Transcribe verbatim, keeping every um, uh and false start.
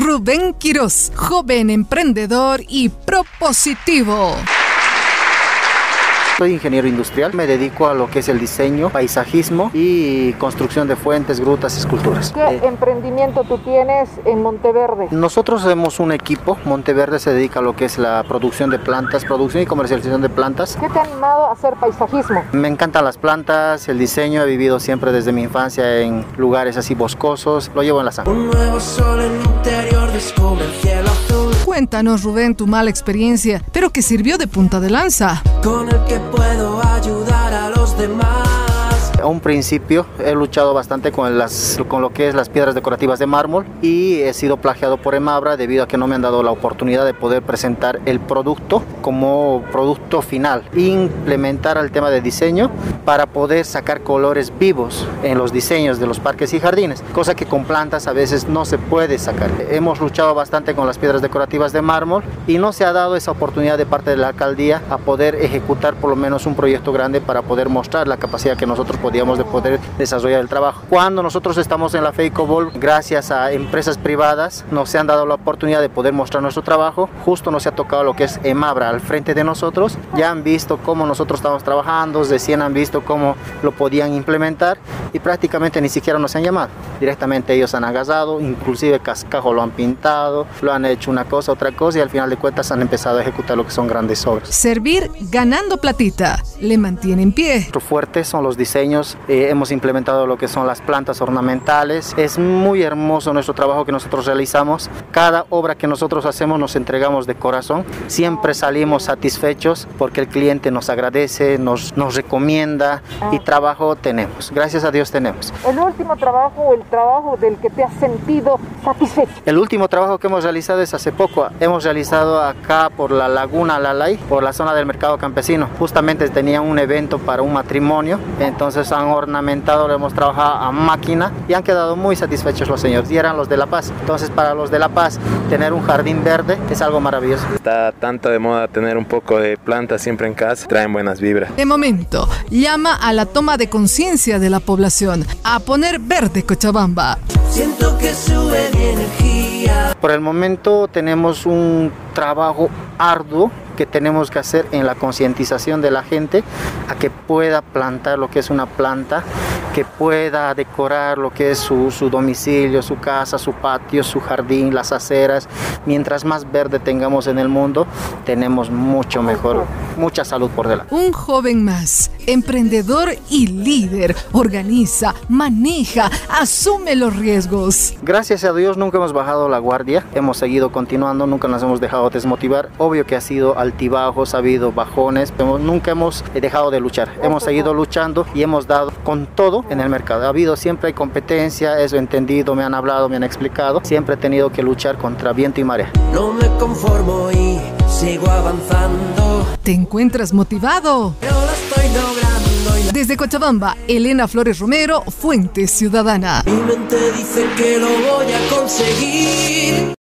Rubén Quiroz, joven emprendedor y propositivo. Soy ingeniero industrial, me dedico a lo que es el diseño, paisajismo y construcción de fuentes, grutas, esculturas. ¿Qué eh, emprendimiento tú tienes en Monteverde? Nosotros somos un equipo. Monteverde se dedica a lo que es la producción de plantas, producción y comercialización de plantas. ¿Qué te ha animado a hacer paisajismo? Me encantan las plantas, el diseño, he vivido siempre desde mi infancia en lugares así boscosos, lo llevo en la sangre. Un nuevo sol en mi interior descubre el cielo azul. Cuéntanos, Rubén, tu mala experiencia, pero que sirvió de punta de lanza. Con el que puedo ayudar a los demás. A un principio he luchado bastante con, las, con lo que es las piedras decorativas de mármol y he sido plagiado por Emabra debido a que no me han dado la oportunidad de poder presentar el producto como producto final, implementar el tema de diseño para poder sacar colores vivos en los diseños de los parques y jardines, cosa que con plantas a veces no se puede sacar. Hemos luchado bastante con las piedras decorativas de mármol y no se ha dado esa oportunidad de parte de la alcaldía a poder ejecutar por lo menos un proyecto grande para poder mostrar la capacidad que nosotros podemos digamos, de poder desarrollar el trabajo. Cuando nosotros estamos en la FEICOBOL, gracias a empresas privadas, nos han dado la oportunidad de poder mostrar nuestro trabajo. Justo nos ha tocado lo que es Emabra al frente de nosotros. Ya han visto cómo nosotros estamos trabajando, recién han visto cómo lo podían implementar y prácticamente ni siquiera nos han llamado. Directamente ellos han agasado, inclusive cascajo lo han pintado, lo han hecho una cosa, otra cosa y al final de cuentas han empezado a ejecutar lo que son grandes obras. Servir ganando platita le mantiene en pie. Nuestro fuerte son los diseños. Eh, hemos implementado lo que son las plantas ornamentales. Es muy hermoso nuestro trabajo que nosotros realizamos. Cada obra que nosotros hacemos nos entregamos de corazón. Siempre salimos satisfechos porque el cliente nos agradece, nos, nos recomienda y trabajo tenemos. Gracias a Dios tenemos. ¿El último trabajo o el trabajo del que te has sentido satisfecho? El último trabajo que hemos realizado es hace poco. Hemos realizado acá por la Laguna Lalay, por la zona del mercado campesino. Justamente tenían un evento para un matrimonio, entonces han ornamentado, lo hemos trabajado a máquina y han quedado muy satisfechos los señores y eran los de La Paz. Entonces para los de La Paz tener un jardín verde es algo maravilloso. Está tanto de moda tener un poco de plantas siempre en casa, traen buenas vibras. De momento, llama a la toma de conciencia de la población, a poner verde Cochabamba. Siento que sube mi energía. Por el momento tenemos un trabajo arduo que tenemos que hacer en la concientización de la gente a que pueda plantar lo que es una planta, que pueda decorar lo que es su, su domicilio, su casa, su patio, su jardín, las aceras. Mientras más verde tengamos en el mundo, tenemos mucho mejor, mucha salud por delante. Un joven más, emprendedor y líder, organiza, maneja, asume los riesgos. Gracias a Dios nunca hemos bajado la guardia, hemos seguido continuando, nunca nos hemos dejado desmotivar. Obvio que ha sido altibajos, ha habido bajones, pero nunca hemos dejado de luchar. Hemos seguido luchando y hemos dado con todo en el mercado. Ha habido siempre hay competencia, eso he entendido, me han hablado, me han explicado. Siempre he tenido que luchar contra viento y marea. No me conformo y sigo avanzando. ¿Te encuentras motivado? Pero lo estoy logrando. Y Desde Cochabamba, Elena Flores Romero, Fuente Ciudadana. mi mente dice que lo voy a conseguir.